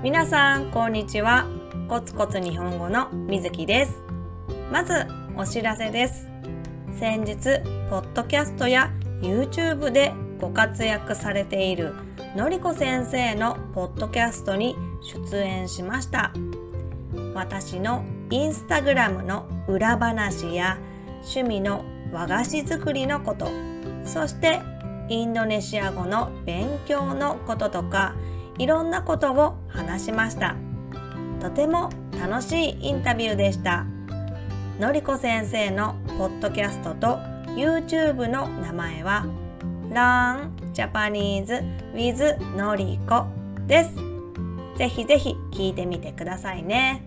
皆さんこんにちは。コツコツ日本語のみずきです。まずお知らせです。先日ポッドキャストや YouTube でご活躍されているのりこ先生のポッドキャストに出演しました。私のインスタグラムの裏話や趣味の和菓子作りのこと、そしてインドネシア語の勉強のこととか、いろんなことを話しました。とても楽しいインタビューでした。のりこ先生のポッドキャストと YouTube の名前は Learn Japanese with のりこです。ぜひぜひ聞いてみてくださいね。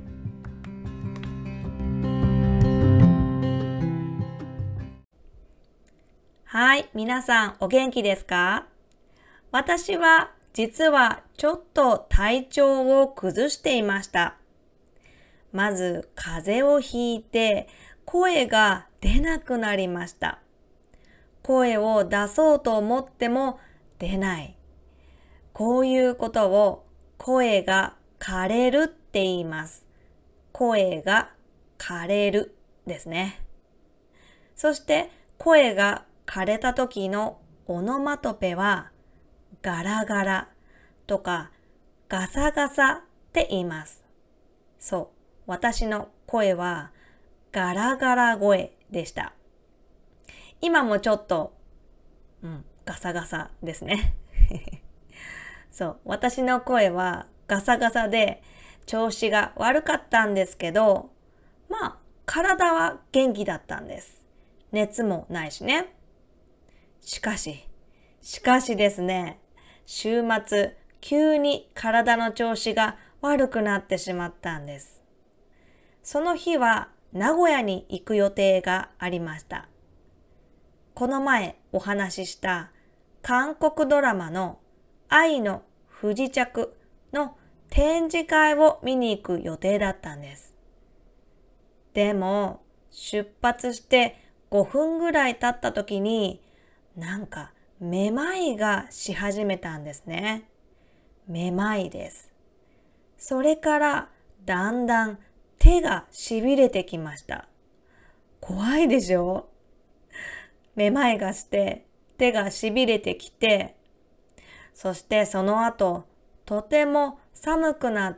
はい、皆さんお元気ですか？私は実はちょっと体調を崩していました。まず風邪をひいて声が出なくなりました。声を出そうと思っても出ない。こういうことを声が枯れるって言います。声が枯れるですね。そして声が枯れた時のオノマトペはガラガラとかガサガサって言います。そう、私の声はガラガラ声でした。今もちょっと、ガサガサですね。そう、私の声はガサガサで調子が悪かったんですけど、体は元気だったんです。熱もないしね。しかしですね、週末、急に体の調子が悪くなってしまったんです。その日は名古屋に行く予定がありました。この前お話しした韓国ドラマの愛の不時着の展示会を見に行く予定だったんです。でも出発して5分ぐらい経った時になんかめまいがし始めたんですね。めまいです。それからだんだん手がしびれてきました。怖いでしょ？めまいがして手がしびれてきて、そしてその後とても寒くなって、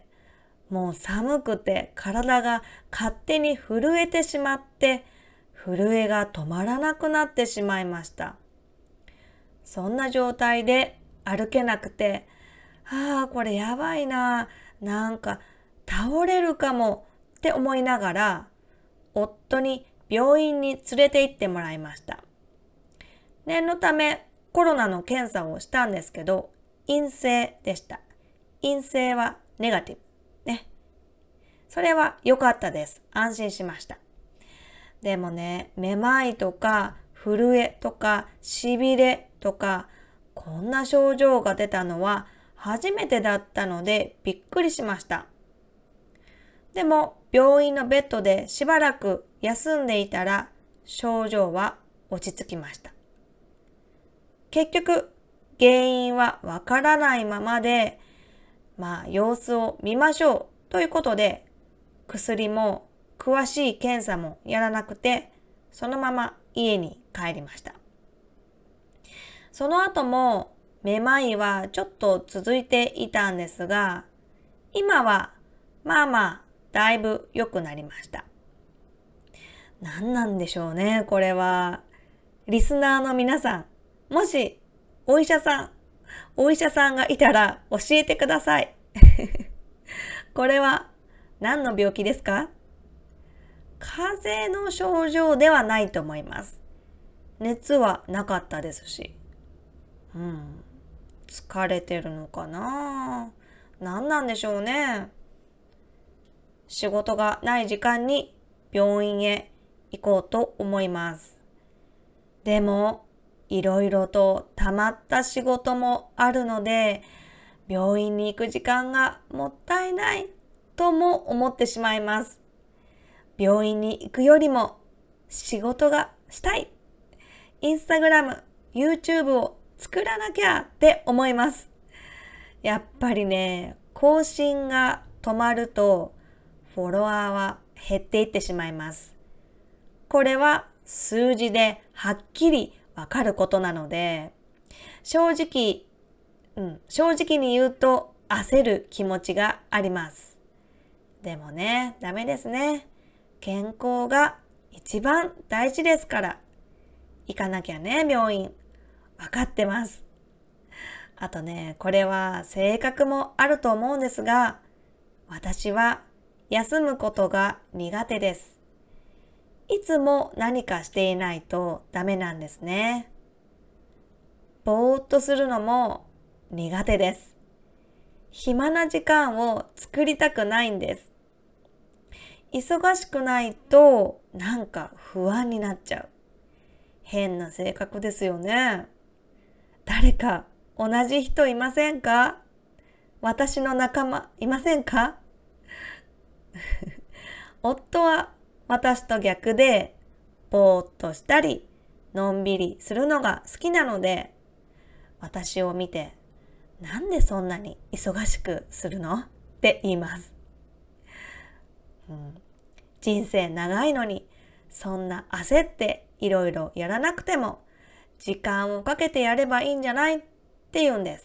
もう寒くて体が勝手に震えてしまって、震えが止まらなくなってしまいました。そんな状態で歩けなくて、これやばいな、なんか倒れるかもって思いながら、夫に病院に連れて行ってもらいました。念のためコロナの検査をしたんですけど、陰性でした。陰性はネガティブ。ね。それは良かったです。安心しました。でもね、めまいとか震えとかしびれとか、こんな症状が出たのは初めてだったのでびっくりしました。でも病院のベッドでしばらく休んでいたら症状は落ち着きました。結局原因はわからないままで、様子を見ましょうということで、薬も詳しい検査もやらなくて、そのまま家に帰りました。その後もめまいはちょっと続いていたんですが、今はだいぶ良くなりました。何なんでしょうね、これは。リスナーの皆さん、もしお医者さんがいたら教えてください。これは何の病気ですか？風邪の症状ではないと思います。熱はなかったですし。疲れてるのかな？何なんでしょうね。仕事がない時間に病院へ行こうと思います。でも、いろいろと溜まった仕事もあるので、病院に行く時間がもったいないとも思ってしまいます。病院に行くよりも仕事がしたい。インスタグラム、YouTube を作らなきゃって思います。やっぱりね、 更新が止まるとフォロワーは減っていってしまいます。これは数字ではっきりわかることなので、正直に言うと焦る気持ちがあります。でもね、ダメですね。健康が一番大事ですから。行かなきゃね、病院。わかってます。あとね、これは性格もあると思うんですが、私は休むことが苦手です。いつも何かしていないとダメなんですね。ぼーっとするのも苦手です。暇な時間を作りたくないんです。忙しくないとなんか不安になっちゃう。変な性格ですよね。誰か同じ人いませんか？私の仲間いませんか？夫は私と逆で、ぼーっとしたり、のんびりするのが好きなので、私を見て、なんでそんなに忙しくするの？って言います。人生長いのに、そんな焦っていろいろやらなくても、時間をかけてやればいいんじゃないって言うんです。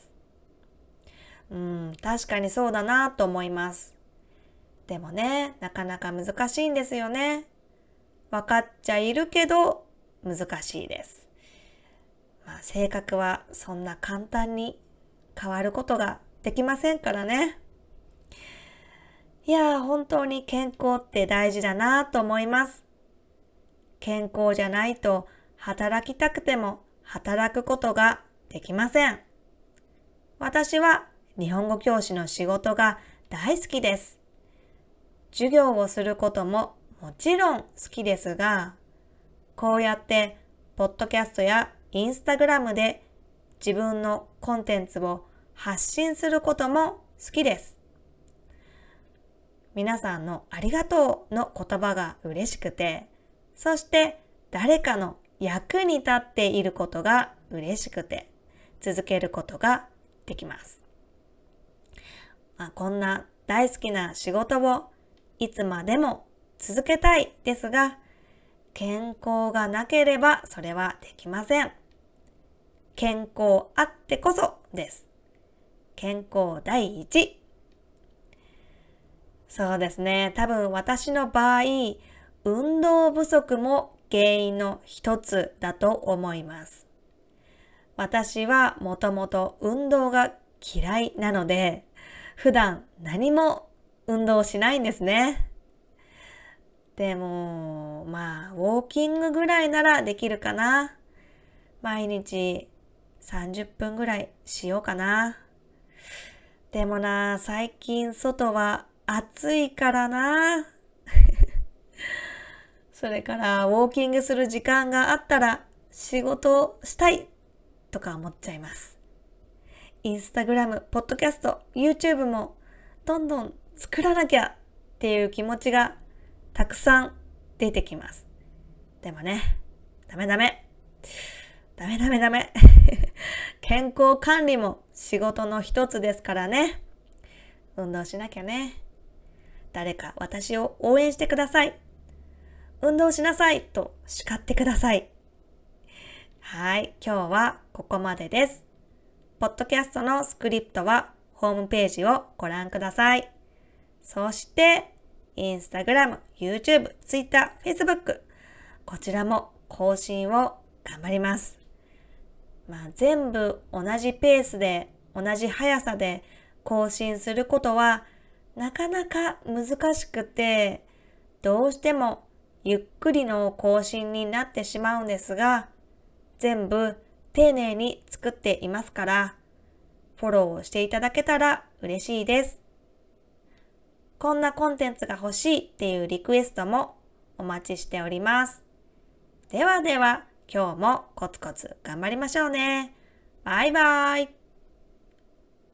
確かにそうだなと思います。でもね、なかなか難しいんですよね。分かっちゃいるけど難しいです。性格はそんな簡単に変わることができませんからね。いやー、本当に健康って大事だなと思います。健康じゃないと働きたくても働くことができません。私は日本語教師の仕事が大好きです。授業をすることももちろん好きですが、こうやってポッドキャストやインスタグラムで自分のコンテンツを発信することも好きです。皆さんのありがとうの言葉が嬉しくて、そして誰かの役に立っていることが嬉しくて、続けることができます。こんな大好きな仕事をいつまでも続けたいですが、健康がなければそれはできません。健康あってこそです。健康第一。そうですね。多分私の場合、運動不足も原因の一つだと思います。私はもともと運動が嫌いなので、普段何も運動しないんですね。でも、ウォーキングぐらいならできるかな。毎日30分ぐらいしようかな。でもな、最近外は暑いからな。それからウォーキングする時間があったら仕事をしたいとか思っちゃいます。インスタグラム、ポッドキャスト、YouTube もどんどん作らなきゃっていう気持ちがたくさん出てきます。でもね、ダメ。健康管理も仕事の一つですからね。運動しなきゃね。誰か私を応援してください。運動しなさいと叱ってください。はい、今日はここまでです。ポッドキャストのスクリプトはホームページをご覧ください。そして、インスタグラム、YouTube、Twitter、Facebook、こちらも更新を頑張ります。全部同じペースで、同じ速さで更新することはなかなか難しくて、どうしてもゆっくりの更新になってしまうんですが、全部丁寧に作っていますから、フォローをしていただけたら嬉しいです。こんなコンテンツが欲しいっていうリクエストもお待ちしております。ではでは、今日もコツコツ頑張りましょうね。バイバイ。